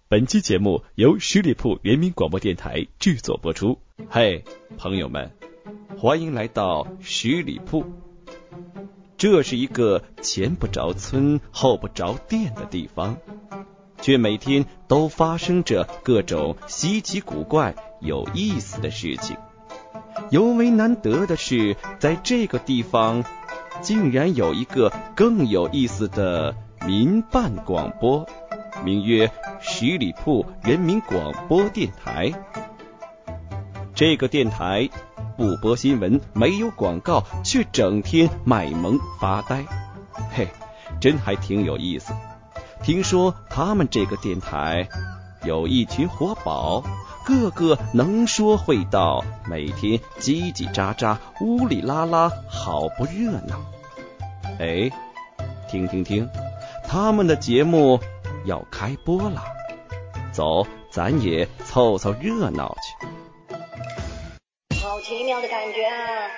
本期节目由十里铺人民广播电台制作播出。嘿，朋友们，欢迎来到十里铺。这是一个前不着村后不着店的地方，却每天都发生着各种稀奇古怪有意思的事情。尤为难得的是，在这个地方竟然有一个更有意思的民办广播，名曰十里铺人民广播电台。这个电台不播新闻，没有广告，却整天卖萌发呆，嘿，真还挺有意思。听说他们这个电台有一群活宝，个个能说会道，每天叽叽喳喳，乌里拉拉，好不热闹。哎，听听听，他们的节目要开播了，走，咱也凑凑热闹去。 好奇妙的感觉啊！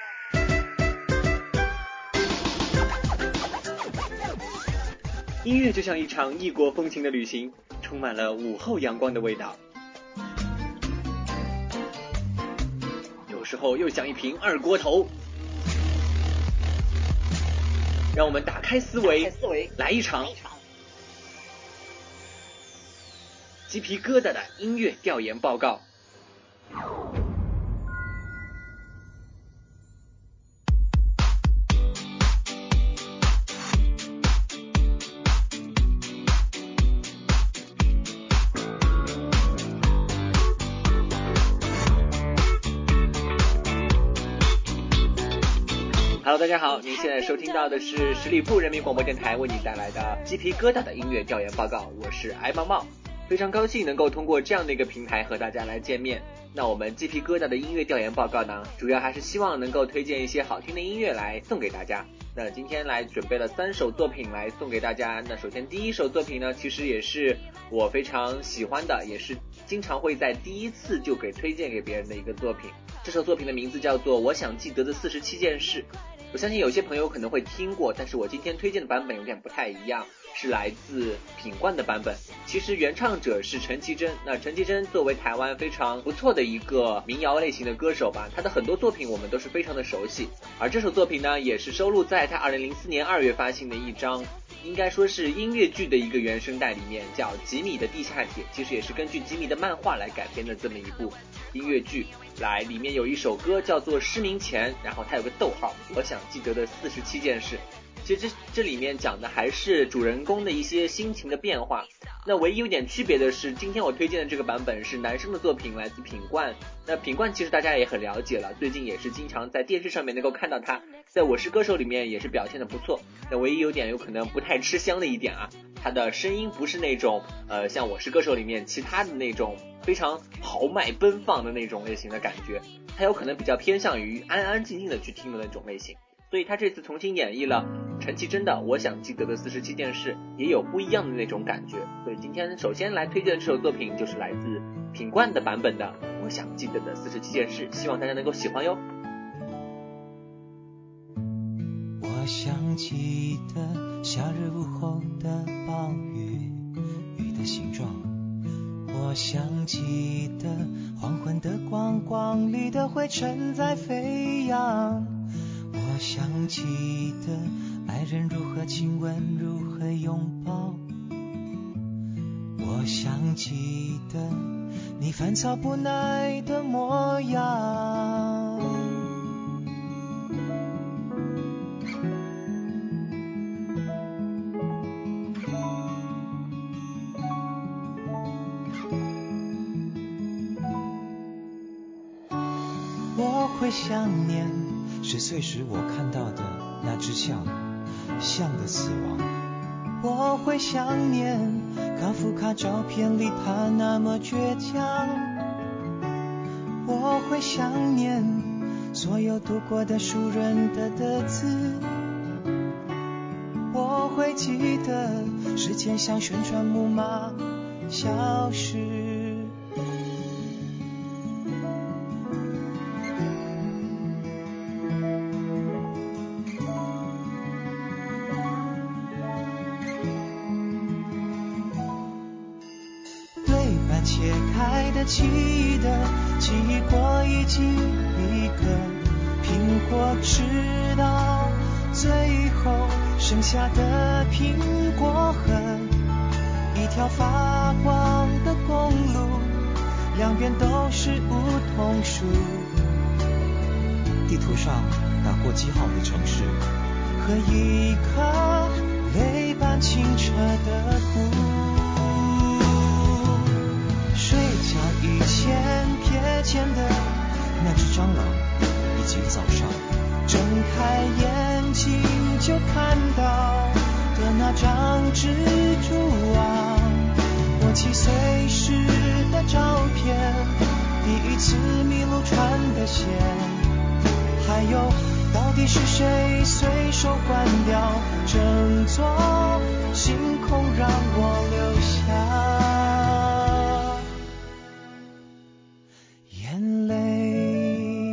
音乐就像一场异国风情的旅行，充满了午后阳光的味道。有时候又想一瓶二锅头。让我们打开思维，来一场鸡皮疙瘩的音乐调研报告。Hello， 大家好，您现在收听到的是十里铺人民广播电台为您带来的鸡皮疙瘩的音乐调研报告，我是艾茂茂，非常高兴能够通过这样的一个平台和大家来见面。那我们鸡皮疙瘩的音乐调研报告呢，主要还是希望能够推荐一些好听的音乐来送给大家。那今天来准备了3首作品来送给大家。那首先第一首作品呢，其实也是我非常喜欢的，也是经常会在第一次就给推荐给别人的一个作品。这首作品的名字叫做《我想记得的47件事》。我相信有些朋友可能会听过，但是我今天推荐的版本有点不太一样，是来自品冠的版本。其实原唱者是陈绮贞，那陈绮贞作为台湾非常不错的一个民谣类型的歌手吧，她的很多作品我们都是非常的熟悉。而这首作品呢，也是收录在她2004年2月发行的一张应该说是音乐剧的一个原声带里面，叫《吉米的地下铁》，其实也是根据吉米的漫画来改编的这么一部音乐剧。来，里面有一首歌叫做《失明前》，然后它有个逗号，我想记得的47件事。其实这里面讲的还是主人公的一些心情的变化。那唯一有点区别的是，今天我推荐的这个版本是男生的作品，来自品冠。那品冠其实大家也很了解了，最近也是经常在电视上面能够看到他，在我是歌手里面也是表现的不错。那唯一有点有可能不太吃香的一点啊，他的声音不是那种像我是歌手里面其他的那种非常豪迈奔放的那种类型的感觉，他有可能比较偏向于安安静静的去听的那种类型。所以他这次重新演绎了陈绮贞的《我想记得的47件事》，也有不一样的那种感觉。所以今天首先来推荐的这首作品就是来自品冠的版本的《我想记得的47件事》，希望大家能够喜欢哟。 我想记得夏日午后的暴雨，雨的形状。我想记得黄昏的光，光里的灰尘在飞扬。我想记得爱人如何亲吻，如何拥抱。我想记得你烦躁不耐的模样。我会想念10岁时我看到的那只象，象的死亡。我会想念卡夫卡照片里他那么倔强。我会想念所有读过的书人的字。我会记得时间像旋转木马消失。 的记得，记过一季一个苹果，直到最后剩下的苹果和一条发光的公路，两边都是梧桐树。 地图上打过记号的城市， 和一颗泪般清澈的湖。睡觉以前瞥见的那只蟑螂，以及早上睁开眼睛就看到的那张蜘蛛网，我7岁时的照片，第一次迷路穿的鞋，还有到底是谁随手关掉整座星空让我流下眼泪。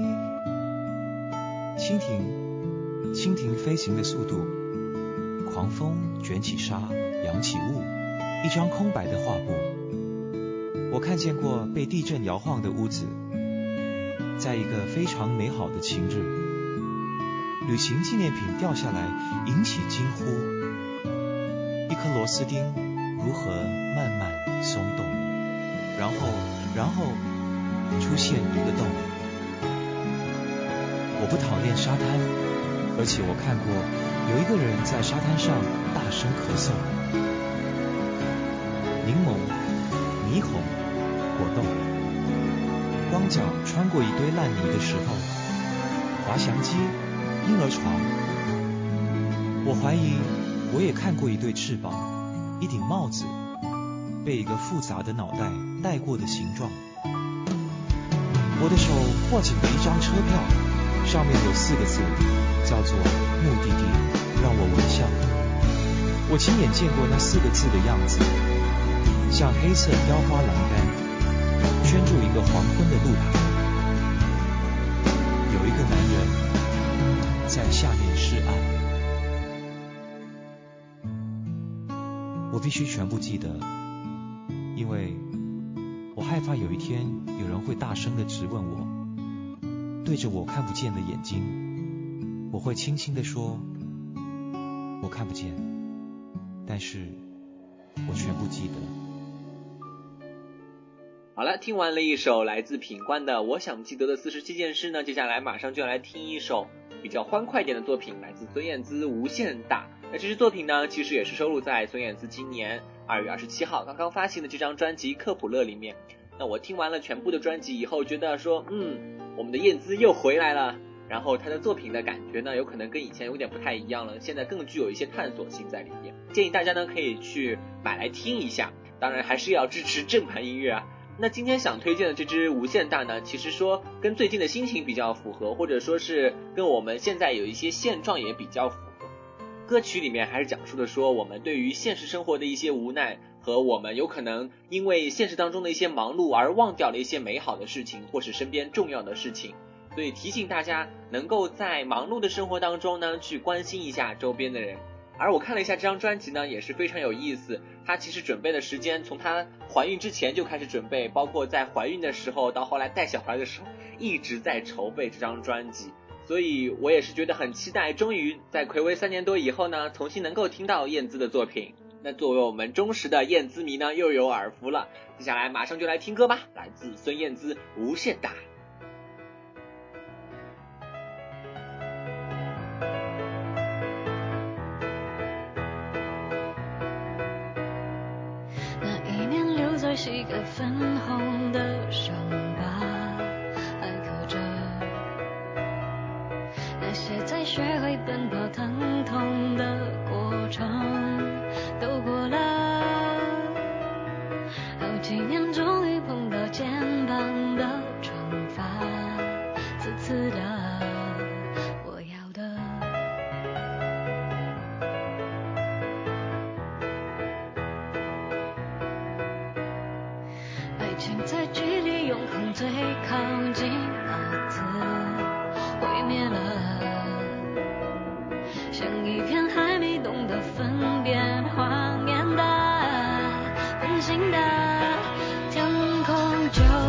蜻蜓飞行的速度，狂风卷起沙，扬起雾，一张空白的画布。我看见过被地震摇晃的屋子，在一个非常美好的晴日，旅行纪念品掉下来引起惊呼，一颗螺丝钉如何慢慢松动，然后出现一个洞。我不讨厌沙滩，而且我看过有一个人在沙滩上大声咳嗽。柠檬、霓虹、果冻，光脚穿过一堆烂泥的石头，滑翔机、婴儿床。我怀疑我也看过一对翅膀，一顶帽子，被一个复杂的脑袋戴过的形状。我的手握紧了一张车票，上面有4个字，叫做目的地，让我闻香。我亲眼见过那4个字的样子，像黑色雕花栏杆圈住一个黄昏的露台，有一个男人在下面示爱。我必须全部记得，因为我害怕有一天有人会大声地质问我，对着我看不见的眼睛，我会轻轻地说，我看不见，但是我全部记得。 好了，听完了一首来自品冠的《我想记得的47件事》呢，接下来马上就要来听一首比较欢快一点的作品，来自孙燕姿《无限大》。那这支作品呢，其实也是收录在孙燕姿今年2月27号刚刚发行的这张专辑《科普勒》里面。那我听完了全部的专辑以后，觉得说，我们的燕姿又回来了。然后她的作品的感觉呢，有可能跟以前有点不太一样了，现在更具有一些探索性在里面。建议大家呢可以去买来听一下，当然还是要支持正版音乐啊。那今天想推荐的这支无限大呢，其实说跟最近的心情比较符合，或者说是跟我们现在有一些现状也比较符合。歌曲里面还是讲述的说我们对于现实生活的一些无奈，和我们有可能因为现实当中的一些忙碌而忘掉了一些美好的事情，或是身边重要的事情。所以提醒大家能够在忙碌的生活当中呢，去关心一下周边的人。而我看了一下这张专辑呢，也是非常有意思。她其实准备的时间从她怀孕之前就开始准备，包括在怀孕的时候到后来带小孩的时候，一直在筹备这张专辑。所以我也是觉得很期待，终于在睽违3年多以后呢，重新能够听到燕姿的作品。那作为我们忠实的燕姿迷呢，又有耳福了。接下来马上就来听歌吧，来自孙燕姿《无限大》。 膝盖粉红的伤疤还刻着，那些在学会奔跑疼痛的过程都过了，好几年终于碰到肩膀的长发，刺刺的我要的。在距离永恒最靠近那次毁灭了，像一片还没懂得分辨谎言的分心的天空就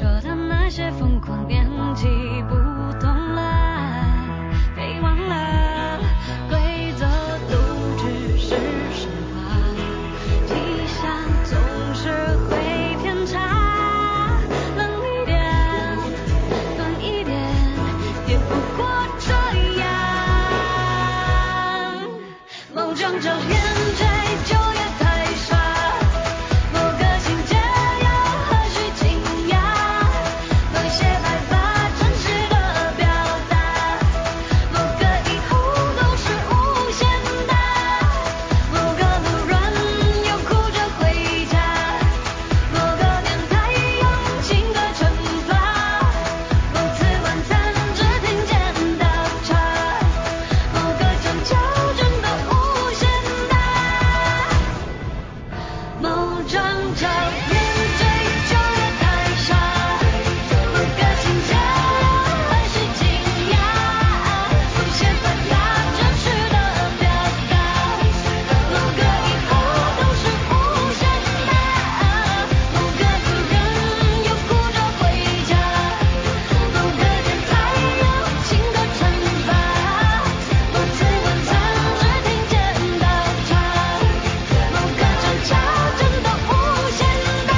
说的那些疯狂年纪不懂了，别忘了规则都只是神话，迹象总是会偏差，冷一点暖一点也不过这样，梦中就连追就也太傻，某个情节又何须惊讶，某些白发真实的表达，某个以后都是无限大，某个路人又哭着回家，某个年代用情歌惩罚，某次晚餐只听见倒茶，某个转角真的无限大，某张照片追究也太傻，某个情节还是惊讶，某些白发真实的表达，某个以后都是无限大，某个路人又哭着回家，某个电台用情歌惩罚，某次晚餐只听见倒茶，某个转角真的无限大。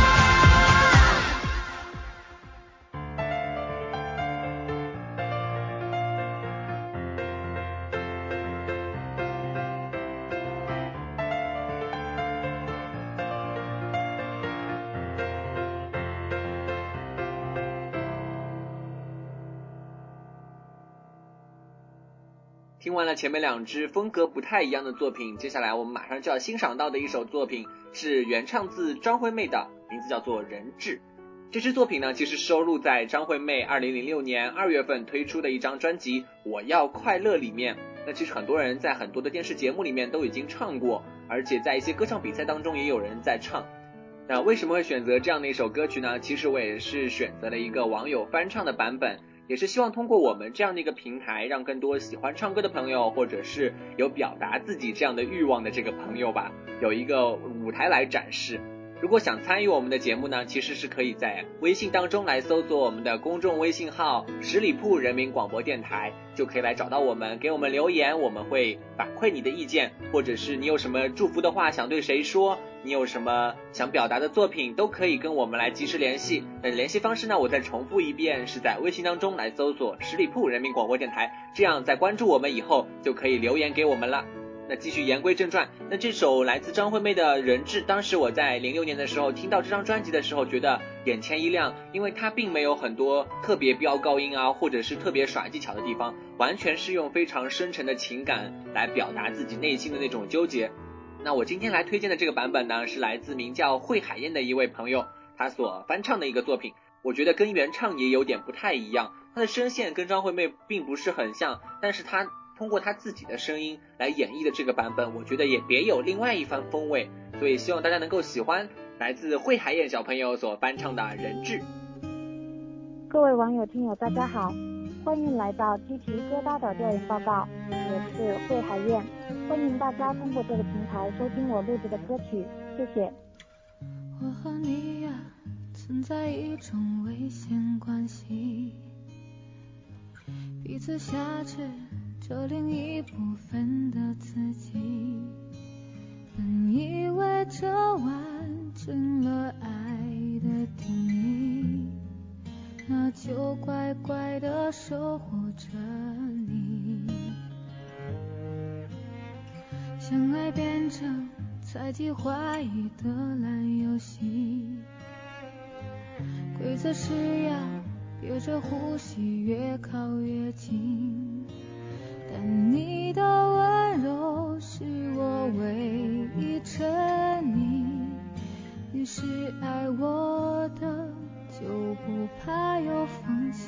听完了前面两支风格不太一样的作品，接下来我们马上就要欣赏到的一首作品是原唱自张惠妹的，名字叫做《人质》。这支作品呢，其实收录在张惠妹2006年2月份推出的一张专辑《我要快乐》里面。那其实很多人在很多的电视节目里面都已经唱过，而且在一些歌唱比赛当中也有人在唱。那为什么会选择这样的一首歌曲呢？其实我也是选择了一个网友翻唱的版本，也是希望通过我们这样的一个平台，让更多喜欢唱歌的朋友，或者是有表达自己这样的欲望的这个朋友吧，有一个舞台来展示。如果想参与我们的节目呢，其实是可以在微信当中来搜索我们的公众微信号十里铺人民广播电台，就可以来找到我们，给我们留言，我们会反馈你的意见，或者是你有什么祝福的话想对谁说，你有什么想表达的作品，都可以跟我们来及时联系。联系方式呢，我再重复一遍，是在微信当中来搜索十里铺人民广播电台，这样在关注我们以后就可以留言给我们了。那继续言归正传，那这首来自张惠妹的《人质》，当时我在06年的时候听到这张专辑的时候，觉得眼前一亮，因为它并没有很多特别飙高音啊，或者是特别耍技巧的地方，完全是用非常深沉的情感来表达自己内心的那种纠结。那我今天来推荐的这个版本呢，是来自名叫惠海燕的一位朋友，他所翻唱的一个作品，我觉得跟原唱也有点不太一样，他的声线跟张惠妹并不是很像，但是他通过他自己的声音来演绎的这个版本，我觉得也别有另外一番风味，所以希望大家能够喜欢来自惠海燕小朋友所翻唱的《人质》。 各位网友听友大家好，欢迎来到鸡皮疙瘩的调研报告，我是惠海燕，欢迎大家通过这个平台收听我录制的歌曲，谢谢。 我和你呀，存在一种危险关系，彼此挟持着另一部分的自己，本以为这完成了爱的定义，那就乖乖地守护着你。相爱变成猜忌怀疑的烂游戏，规则是要憋着呼吸越靠越近，但你的温柔是我唯一沉溺，你是爱我的就不怕有缝隙，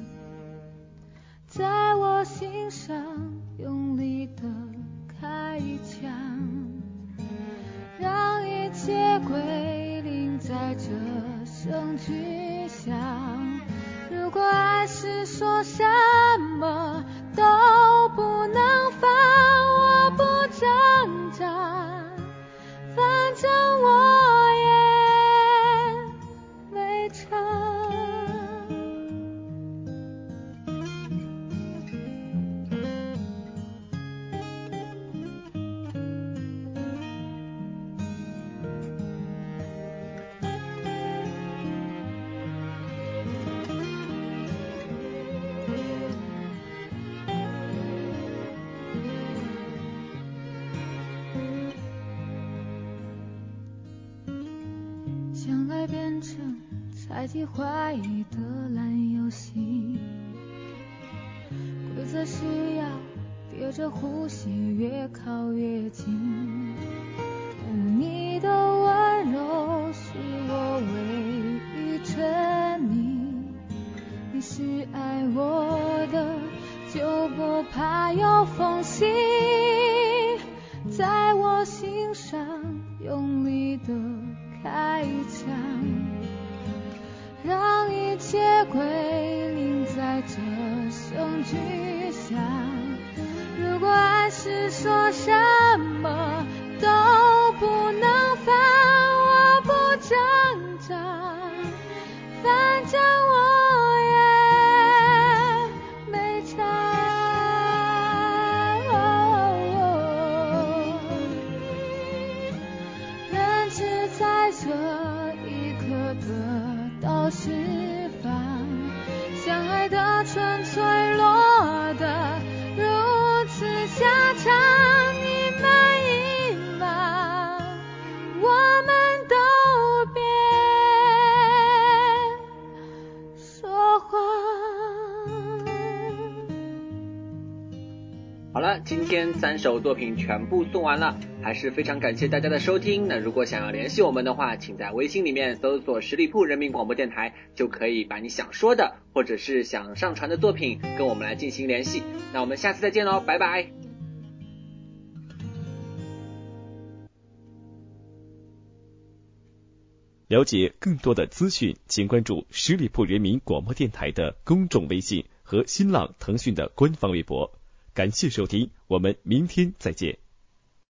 在我心上用力的开枪，让一切归零在这声巨响。如果爱是说什么都不能放，我不挣扎，反正我也没差。 代替怀疑的烂游戏，规则是要憋着呼吸越靠越近，你的温柔是我唯一沉溺，你是爱我的就不怕有缝隙，在我心上用力的开枪，让一切归零在这声巨响。如果爱是说什么都不能放，我不挣扎，反正我也没差。人只在这一刻得到释放，相爱的纯粹落得如此下场，你们隐瞒，我们都别说谎。 好了，今天3首作品全部送完了，还是非常感谢大家的收听。那如果想要联系我们的话，请在微信里面搜索十里铺人民广播电台，就可以把你想说的或者是想上传的作品跟我们来进行联系。那我们下次再见咯，拜拜。 了解更多的资讯，请关注十里铺人民广播电台的公众微信和新浪、腾讯的官方微博。感谢收听，我们明天再见。